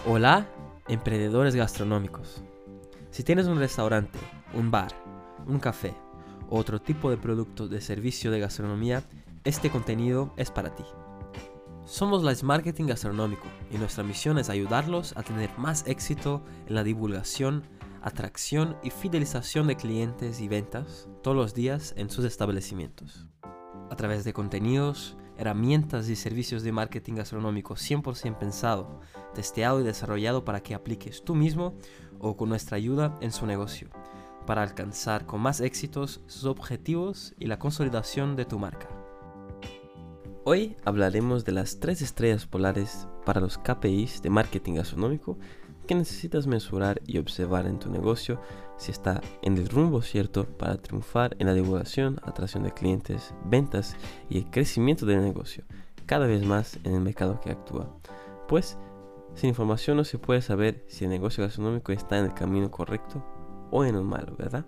Hola, emprendedores gastronómicos. Si tienes un restaurante, un bar, un café o otro tipo de producto de servicio de gastronomía, este contenido es para ti. Somos Live Marketing Gastronómico y nuestra misión es ayudarlos a tener más éxito en la divulgación, atracción y fidelización de clientes y ventas todos los días en sus establecimientos. A través de contenidos, herramientas y servicios de marketing gastronómico 100% pensado, testeado y desarrollado para que apliques tú mismo o con nuestra ayuda en su negocio, para alcanzar con más éxitos sus objetivos y la consolidación de tu marca. Hoy hablaremos de las 3 estrellas polares para los KPIs de marketing gastronómico que necesitas mensurar y observar en tu negocio si está en el rumbo cierto para triunfar en la divulgación, atracción de clientes, ventas y el crecimiento del negocio, cada vez más en el mercado que actúa. Pues, sin información no se puede saber si el negocio gastronómico está en el camino correcto o en el malo, ¿verdad?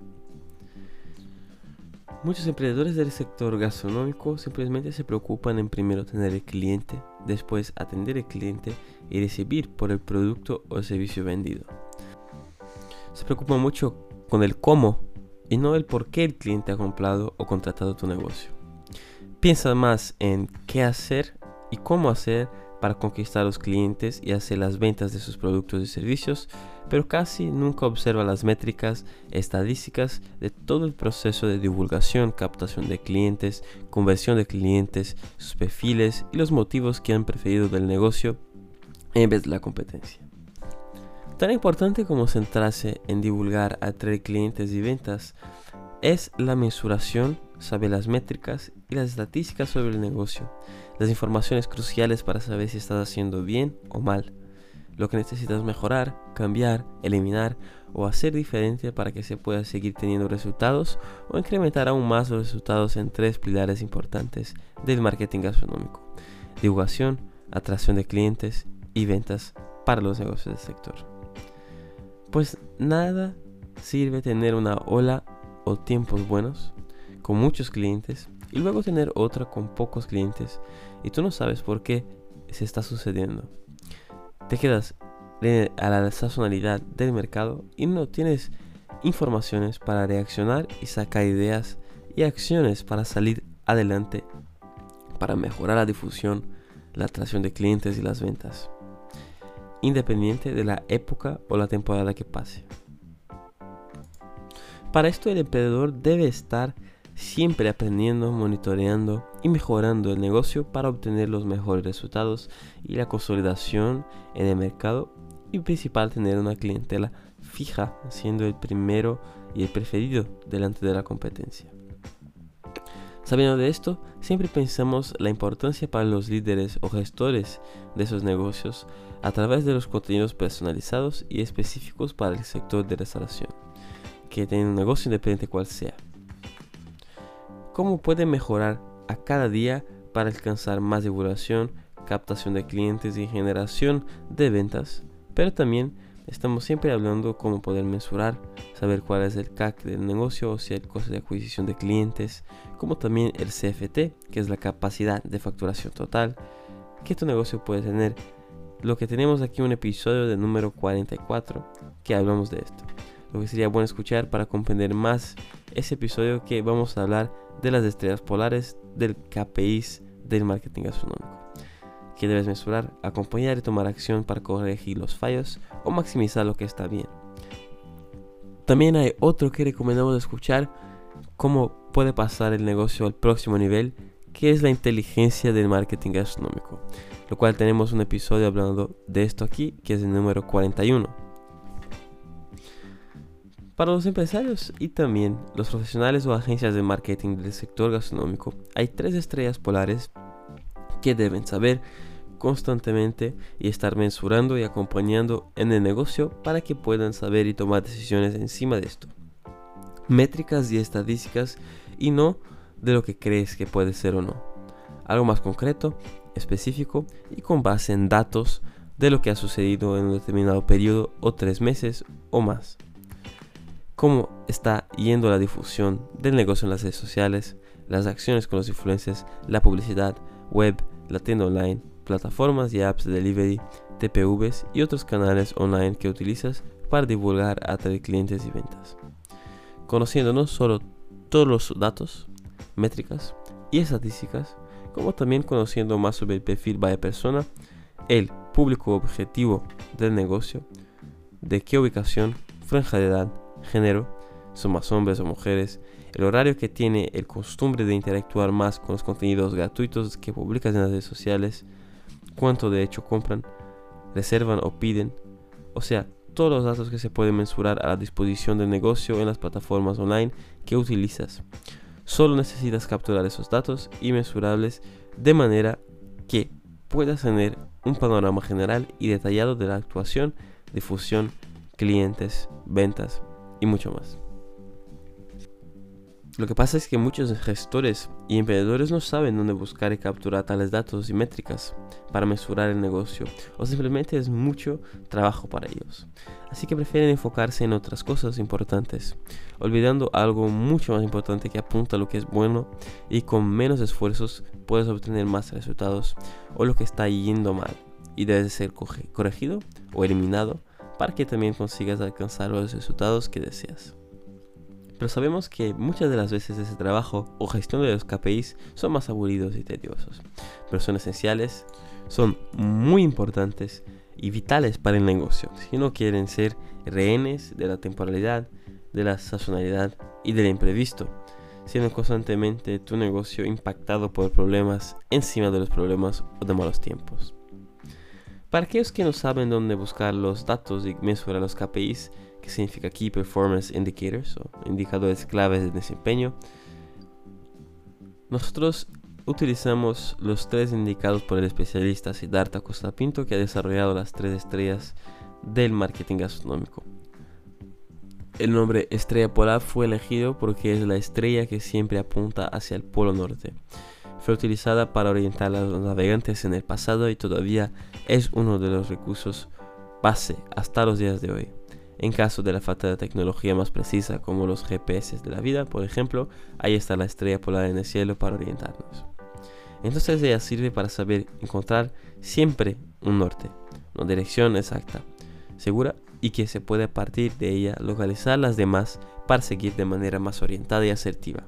Muchos emprendedores del sector gastronómico simplemente se preocupan en primero tener el cliente, después atender el cliente y recibir por el producto o el servicio vendido. Se preocupan mucho con el cómo y no el por qué el cliente ha comprado o contratado tu negocio. Piensan más en qué hacer y cómo hacer para conquistar a los clientes y hacer las ventas de sus productos y servicios, pero casi nunca observa las métricas estadísticas de todo el proceso de divulgación, captación de clientes, conversión de clientes, sus perfiles y los motivos que han preferido del negocio en vez de la competencia. Tan importante como centrarse en divulgar, atraer clientes y ventas es la mensuración, saber las métricas y las estadísticas sobre el negocio, las informaciones cruciales para saber si estás haciendo bien o mal, lo que necesitas mejorar, cambiar, eliminar o hacer diferente para que se pueda seguir teniendo resultados o incrementar aún más los resultados en 3 pilares importantes del marketing gastronómico: divulgación, atracción de clientes y ventas para los negocios del sector. Pues nada sirve tener una ola o tiempos buenos con muchos clientes y luego tener otra con pocos clientes y tú no sabes por qué se está sucediendo. Te quedas a la sazonalidad del mercado y no tienes informaciones para reaccionar y sacar ideas y acciones para salir adelante, para mejorar la difusión, la atracción de clientes y las ventas, independiente de la época o la temporada que pase. Para esto el emprendedor debe estar siempre aprendiendo, monitoreando y mejorando el negocio para obtener los mejores resultados y la consolidación en el mercado, y principal tener una clientela fija, siendo el primero y el preferido delante de la competencia. Sabiendo de esto, siempre pensamos la importancia para los líderes o gestores de esos negocios a través de los contenidos personalizados y específicos para el sector de restauración, que tienen un negocio independiente cual sea. ¿Cómo pueden mejorar a cada día para alcanzar más divulgación, captación de clientes y generación de ventas? Pero también estamos siempre hablando cómo poder mensurar, saber cuál es el CAC del negocio, o sea, el costo de adquisición de clientes, como también el CFT, que es la capacidad de facturación total que tu negocio puede tener. Lo que tenemos aquí un episodio de número 44 que hablamos de esto. Lo que sería bueno escuchar para comprender más ese episodio, que vamos a hablar de las estrellas polares del KPIs del marketing gastronómico, que debes mesurar, acompañar y tomar acción para corregir los fallos o maximizar lo que está bien. También hay otro que recomendamos escuchar, cómo puede pasar el negocio al próximo nivel, que es la inteligencia del marketing gastronómico, lo cual tenemos un episodio hablando de esto aquí, que es el número 41. Para los empresarios y también los profesionales o agencias de marketing del sector gastronómico, hay 3 estrellas polares que deben saber constantemente y estar mensurando y acompañando en el negocio para que puedan saber y tomar decisiones encima de esto. Métricas y estadísticas, y no de lo que crees que puede ser o no. Algo más concreto, específico y con base en datos de lo que ha sucedido en un determinado periodo o 3 meses o más. Cómo está yendo la difusión del negocio en las redes sociales, las acciones con los influencers, la publicidad, web, la tienda online, plataformas y apps de delivery, TPVs y otros canales online que utilizas para divulgar, atraer clientes y ventas. Conociendo no solo todos los datos, métricas y estadísticas, como también conociendo más sobre el perfil de persona, el público objetivo del negocio, de qué ubicación, franja de edad, género, son más hombres o mujeres, el horario que tiene, el costumbre de interactuar más con los contenidos gratuitos que publicas en las redes sociales, cuánto de hecho compran, reservan o piden, o sea, todos los datos que se pueden mensurar a la disposición del negocio en las plataformas online que utilizas. Solo necesitas capturar esos datos y mensurables de manera que puedas tener un panorama general y detallado de la actuación, difusión, clientes, ventas y mucho más. Lo que pasa es que muchos gestores y emprendedores no saben dónde buscar y capturar tales datos y métricas para mesurar el negocio, o simplemente es mucho trabajo para ellos. Así que prefieren enfocarse en otras cosas importantes, olvidando algo mucho más importante que apunta a lo que es bueno y con menos esfuerzos puedes obtener más resultados, o lo que está yendo mal y debe ser corregido o eliminado para que también consigas alcanzar los resultados que deseas. Pero sabemos que muchas de las veces ese trabajo o gestión de los KPIs son más aburridos y tediosos, pero son esenciales, son muy importantes y vitales para el negocio, si no quieren ser rehenes de la temporalidad, de la sazonalidad y del imprevisto, siendo constantemente tu negocio impactado por problemas encima de los problemas o de malos tiempos. Para aquellos que no saben dónde buscar los datos y mesurar los KPIs, que significa Key Performance Indicators o indicadores claves de desempeño, nosotros utilizamos los 3 indicados por el especialista Siddhartha Costa-Pinto, que ha desarrollado las 3 estrellas del marketing gastronómico. El nombre estrella polar fue elegido porque es la estrella que siempre apunta hacia el polo norte. Fue utilizada para orientar a los navegantes en el pasado y todavía es uno de los recursos base hasta los días de hoy. En caso de la falta de tecnología más precisa como los GPS de la vida, por ejemplo, ahí está la estrella polar en el cielo para orientarnos. Entonces ella sirve para saber encontrar siempre un norte, una dirección exacta, segura y que se puede a partir de ella localizar las demás para seguir de manera más orientada y asertiva.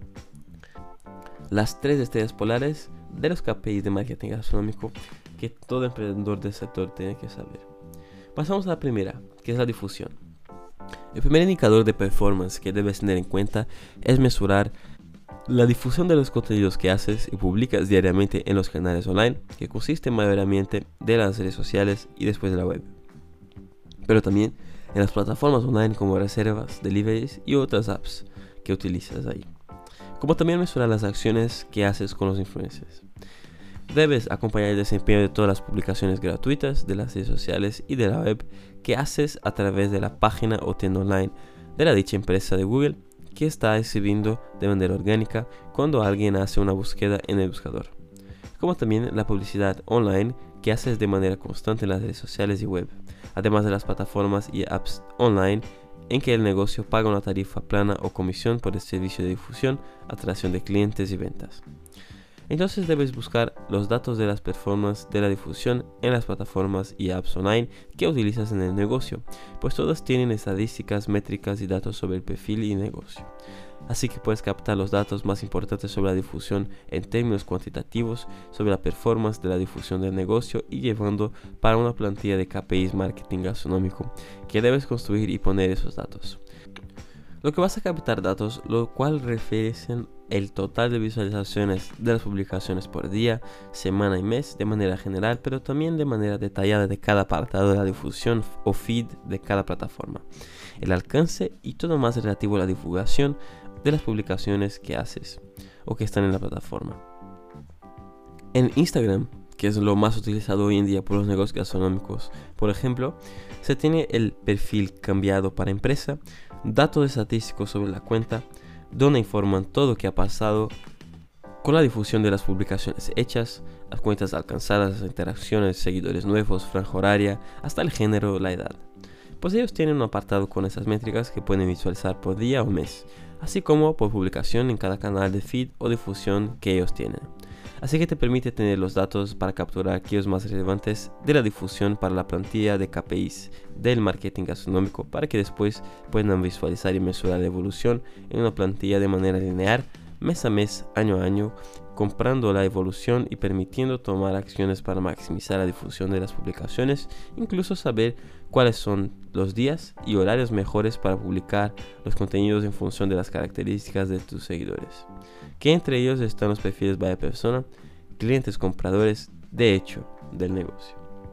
Las 3 estrellas polares de los KPIs de marketing gastronómico que todo emprendedor del sector tiene que saber. Pasamos a la primera, que es la difusión. El primer indicador de performance que debes tener en cuenta es mesurar la difusión de los contenidos que haces y publicas diariamente en los canales online, que consiste mayoritariamente de las redes sociales y después de la web, pero también en las plataformas online como reservas, deliveries y otras apps que utilizas ahí, como también mesurar las acciones que haces con los influencers. Debes acompañar el desempeño de todas las publicaciones gratuitas de las redes sociales y de la web que haces a través de la página o tienda online de la dicha empresa de Google que está exhibiendo de manera orgánica cuando alguien hace una búsqueda en el buscador, como también la publicidad online que haces de manera constante en las redes sociales y web, además de las plataformas y apps online en que el negocio paga una tarifa plana o comisión por el servicio de difusión, atracción de clientes y ventas. Entonces debes buscar los datos de las performances de la difusión en las plataformas y apps online que utilizas en el negocio, pues todas tienen estadísticas, métricas y datos sobre el perfil y negocio. Así que puedes captar los datos más importantes sobre la difusión en términos cuantitativos, sobre la performance de la difusión del negocio y llevando para una plantilla de KPIs marketing gastronómico que debes construir y poner esos datos. Lo que vas a captar datos, lo cual refieren el total de visualizaciones de las publicaciones por día, semana y mes de manera general, pero también de manera detallada de cada apartado de la difusión o feed de cada plataforma, el alcance y todo más relativo a la divulgación de las publicaciones que haces o que están en la plataforma. En Instagram, que es lo más utilizado hoy en día por los negocios gastronómicos, por ejemplo, se tiene el perfil cambiado para empresa, datos estadísticos sobre la cuenta, donde informan todo lo que ha pasado con la difusión de las publicaciones hechas, las cuentas alcanzadas, las interacciones, seguidores nuevos, franja horaria, hasta el género, la edad. Pues ellos tienen un apartado con esas métricas que pueden visualizar por día o mes, así como por publicación en cada canal de feed o difusión que ellos tienen. así que te permite tener los datos para capturar aquellos más relevantes de la difusión para la plantilla de KPIs del marketing gastronómico, para que después puedan visualizar y mesurar la evolución en una plantilla de manera lineal, mes a mes, año a año, comprando la evolución y permitiendo tomar acciones para maximizar la difusión de las publicaciones, incluso saber cuáles son los días y horarios mejores para publicar los contenidos en función de las características de tus seguidores, que entre ellos están los perfiles by persona, clientes compradores, de hecho, del negocio.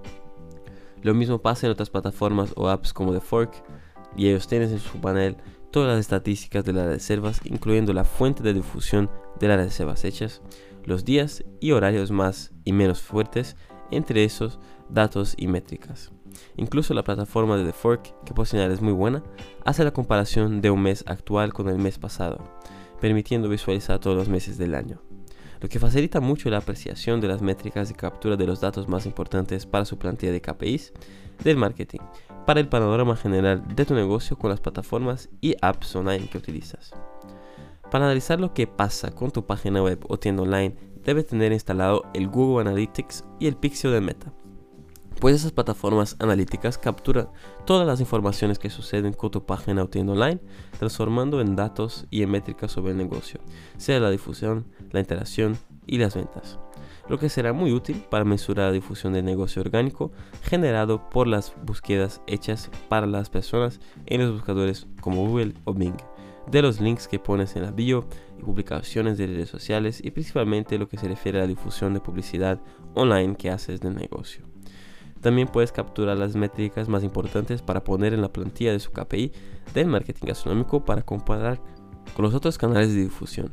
Lo mismo pasa en otras plataformas o apps como The Fork, y ellos tienen en su panel todas las estadísticas de las reservas, incluyendo la fuente de difusión de las reservas hechas, los días y horarios más y menos fuertes, entre esos datos y métricas. Incluso la plataforma de The Fork, que por señal es muy buena, hace la comparación de un mes actual con el mes pasado, permitiendo visualizar todos los meses del año, lo que facilita mucho la apreciación de las métricas y captura de los datos más importantes para su plantilla de KPIs del marketing, para el panorama general de tu negocio con las plataformas y apps online que utilizas. Para analizar lo que pasa con tu página web o tienda online, debes tener instalado el Google Analytics y el Pixel de Meta, pues esas plataformas analíticas capturan todas las informaciones que suceden con tu página o tienda online, transformando en datos y en métricas sobre el negocio, sea la difusión, la interacción y las ventas, lo que será muy útil para mesurar la difusión del negocio orgánico generado por las búsquedas hechas para las personas en los buscadores como Google o Bing, de los links que pones en la bio y publicaciones de redes sociales, y principalmente lo que se refiere a la difusión de publicidad online que haces del negocio. También puedes capturar las métricas más importantes para poner en la plantilla de su KPI del marketing gastronómico para comparar con los otros canales de difusión.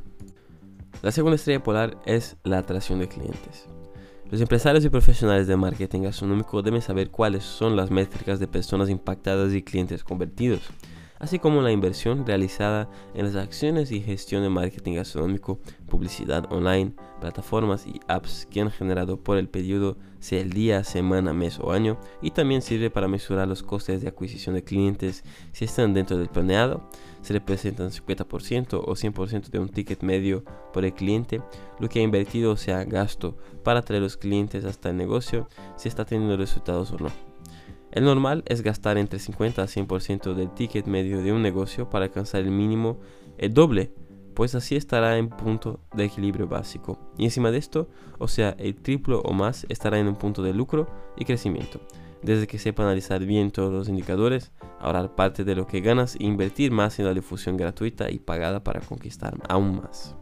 La segunda estrella polar es la atracción de clientes. Los empresarios y profesionales de marketing gastronómico deben saber cuáles son las métricas de personas impactadas y clientes convertidos, así como la inversión realizada en las acciones y gestión de marketing gastronómico, publicidad online, plataformas y apps que han generado por el periodo, sea el día, semana, mes o año, y también sirve para mesurar los costes de adquisición de clientes si están dentro del planeado, se representan 50% o 100% de un ticket medio por el cliente, lo que ha invertido o sea gasto para traer los clientes hasta el negocio, si está teniendo resultados o no. El normal es gastar entre 50 a 100% del ticket medio de un negocio para alcanzar el mínimo, el doble, pues así estará en punto de equilibrio básico. Y encima de esto, o sea, el triplo o más, estará en un punto de lucro y crecimiento. Desde que sepa analizar bien todos los indicadores, ahorrar parte de lo que ganas e invertir más en la difusión gratuita y pagada para conquistar aún más.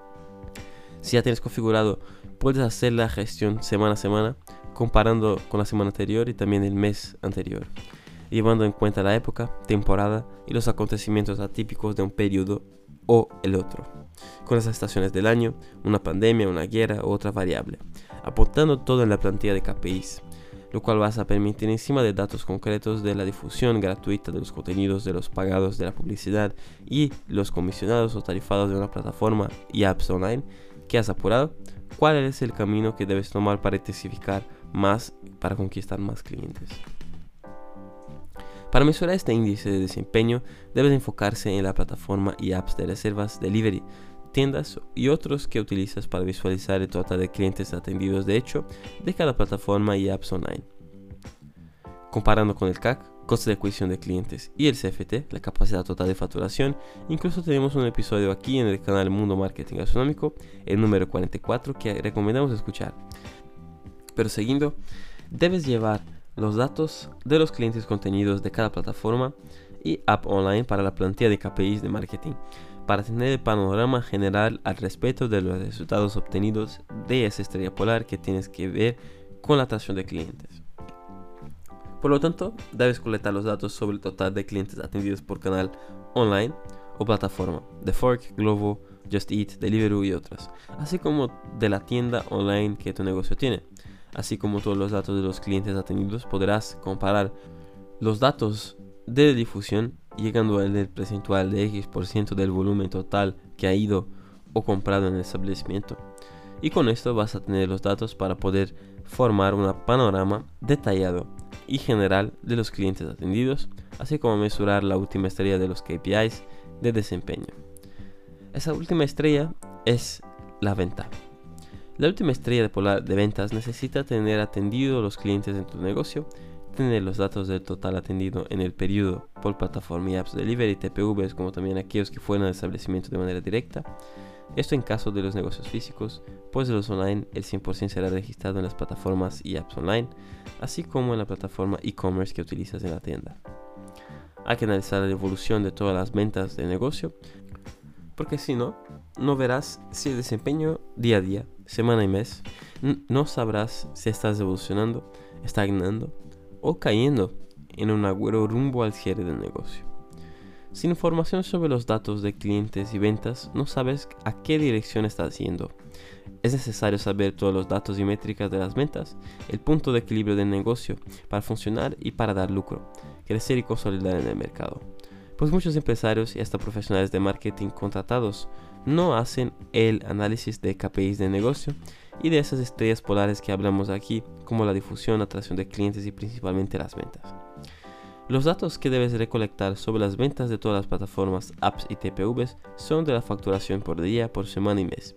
Si ya tienes configurado, puedes hacer la gestión semana a semana, comparando con la semana anterior y también el mes anterior, llevando en cuenta la época, temporada y los acontecimientos atípicos de un periodo o el otro, con las estaciones del año, una pandemia, una guerra u otra variable, apuntando todo en la plantilla de KPIs, lo cual vas a permitir encima de datos concretos de la difusión gratuita de los contenidos, de los pagados de la publicidad y los comisionados o tarifados de una plataforma y apps online que has apurado, cuál es el camino que debes tomar para intensificar más, para conquistar más clientes. Para mesurar este índice de desempeño, debes enfocarse en la plataforma y apps de reservas, delivery, tiendas y otros que utilizas para visualizar el total de clientes atendidos de hecho de cada plataforma y apps online. Comparando con el CAC, coste de adquisición de clientes, y el CFT, la capacidad total de facturación, incluso tenemos un episodio aquí en el canal Mundo Marketing Gastronómico, el número 44, que recomendamos escuchar. Pero siguiendo, debes llevar los datos de los clientes contenidos de cada plataforma y app online para la plantilla de KPIs de marketing, para tener el panorama general al respecto de los resultados obtenidos de esa estrella polar que tienes que ver con la atracción de clientes. Por lo tanto, debes colectar los datos sobre el total de clientes atendidos por canal online o plataforma, The Fork, Glovo, Just Eat, Deliveroo y otras, así como de la tienda online que tu negocio tiene. Así como todos los datos de los clientes atendidos, podrás comparar los datos de difusión llegando al del percentual de X% del volumen total que ha ido o comprado en el establecimiento. Y con esto vas a tener los datos para poder formar un panorama detallado y general de los clientes atendidos, así como mesurar la última estrella de los KPIs de desempeño. Esa última estrella es la venta. La última estrella polar de ventas necesita tener atendido los clientes en tu negocio, tener los datos del total atendido en el periodo por plataforma y apps delivery, TPVs, como también aquellos que fueron al establecimiento de manera directa. Esto en caso de los negocios físicos, pues de los online el 100% será registrado en las plataformas y apps online, así como en la plataforma e-commerce que utilizas en la tienda. Hay que analizar la evolución de todas las ventas del negocio, porque si no, no verás si el desempeño día a día, semana y mes, no sabrás si estás evolucionando, estagnando o cayendo en un agujero rumbo al cierre del negocio. Sin información sobre los datos de clientes y ventas, no sabes a qué dirección estás yendo. Es necesario saber todos los datos y métricas de las ventas, el punto de equilibrio del negocio para funcionar y para dar lucro, crecer y consolidar en el mercado. Pues muchos empresarios y hasta profesionales de marketing contratados no hacen el análisis de KPIs de negocio y de esas estrellas polares que hablamos aquí, como la difusión, atracción de clientes y principalmente las ventas. Los datos que debes recolectar sobre las ventas de todas las plataformas, apps y TPVs son de la facturación por día, por semana y mes,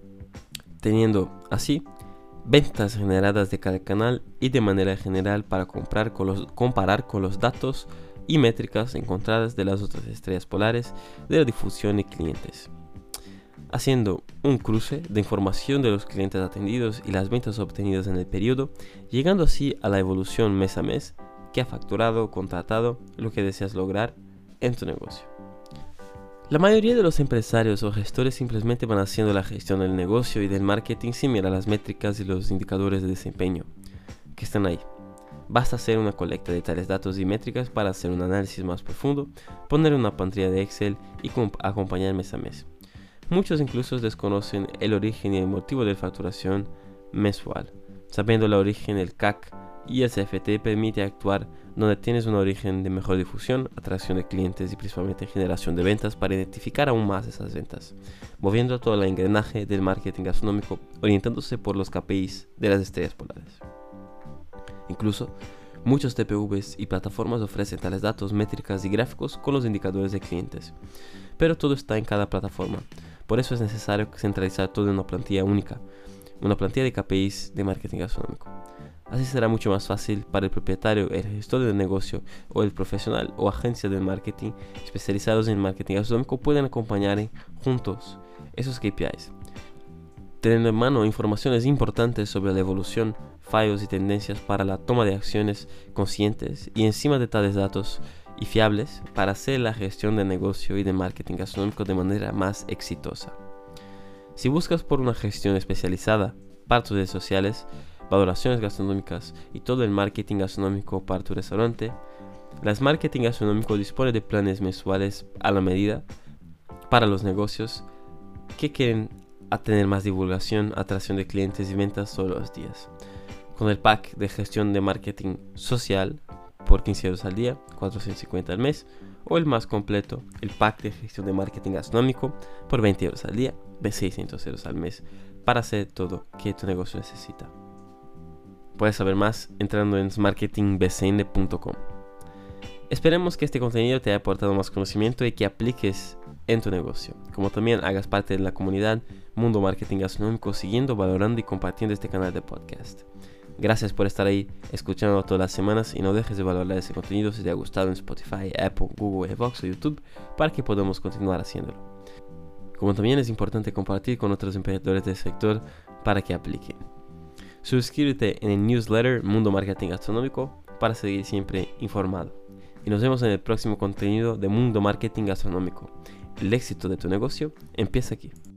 teniendo así ventas generadas de cada canal y de manera general para comparar con los datos y métricas encontradas de las otras estrellas polares de la difusión y clientes, haciendo un cruce de información de los clientes atendidos y las ventas obtenidas en el periodo, llegando así a la evolución mes a mes que ha facturado o contratado lo que deseas lograr en tu negocio. La mayoría de los empresarios o gestores simplemente van haciendo la gestión del negocio y del marketing sin mirar las métricas y los indicadores de desempeño que están ahí. Basta hacer una colecta de tales datos y métricas para hacer un análisis más profundo, poner una pantalla de Excel y acompañar mes a mes. Muchos incluso desconocen el origen y el motivo de la facturación mensual. Sabiendo el origen, el CAC y el CFT permite actuar donde tienes un origen de mejor difusión, atracción de clientes y principalmente generación de ventas para identificar aún más esas ventas, moviendo todo el engranaje del marketing gastronómico, orientándose por los KPIs de las estrellas polares. Incluso, muchos TPVs y plataformas ofrecen tales datos, métricas y gráficos con los indicadores de clientes, pero todo está en cada plataforma. Por eso es necesario centralizar todo en una plantilla única, una plantilla de KPIs de marketing gastronómico. Así será mucho más fácil para el propietario, el gestor del negocio o el profesional o agencia de marketing especializados en marketing gastronómico pueden acompañar juntos esos KPIs, teniendo en mano informaciones importantes sobre la evolución, fallos y tendencias para la toma de acciones conscientes y encima de tales datos y fiables para hacer la gestión de negocio y de marketing gastronómico de manera más exitosa. Si buscas por una gestión especializada para tus redes sociales, valoraciones gastronómicas y todo el marketing gastronómico para tu restaurante, Las Marketing Gastronómico dispone de planes mensuales a la medida para los negocios que quieren tener más divulgación, atracción de clientes y ventas todos los días. Con el pack de gestión de marketing social por 15 euros al día, 450 al mes, o el más completo, el pack de gestión de marketing gastronómico por 20 euros al día, de 600 euros al mes, para hacer todo que tu negocio necesita. Puedes saber más entrando en marketingbcn.com. Esperemos que este contenido te haya aportado más conocimiento y que apliques en tu negocio, como también hagas parte de la comunidad Mundo Marketing Gastronómico siguiendo, valorando y compartiendo este canal de podcast. Gracias por estar ahí escuchando todas las semanas y no dejes de valorar ese contenido si te ha gustado en Spotify, Apple, Google, Xbox o YouTube para que podamos continuar haciéndolo. Como también es importante compartir con otros emprendedores del sector para que apliquen. Suscríbete en el newsletter Mundo Marketing Gastronómico para seguir siempre informado. Y nos vemos en el próximo contenido de Mundo Marketing Gastronómico. El éxito de tu negocio empieza aquí.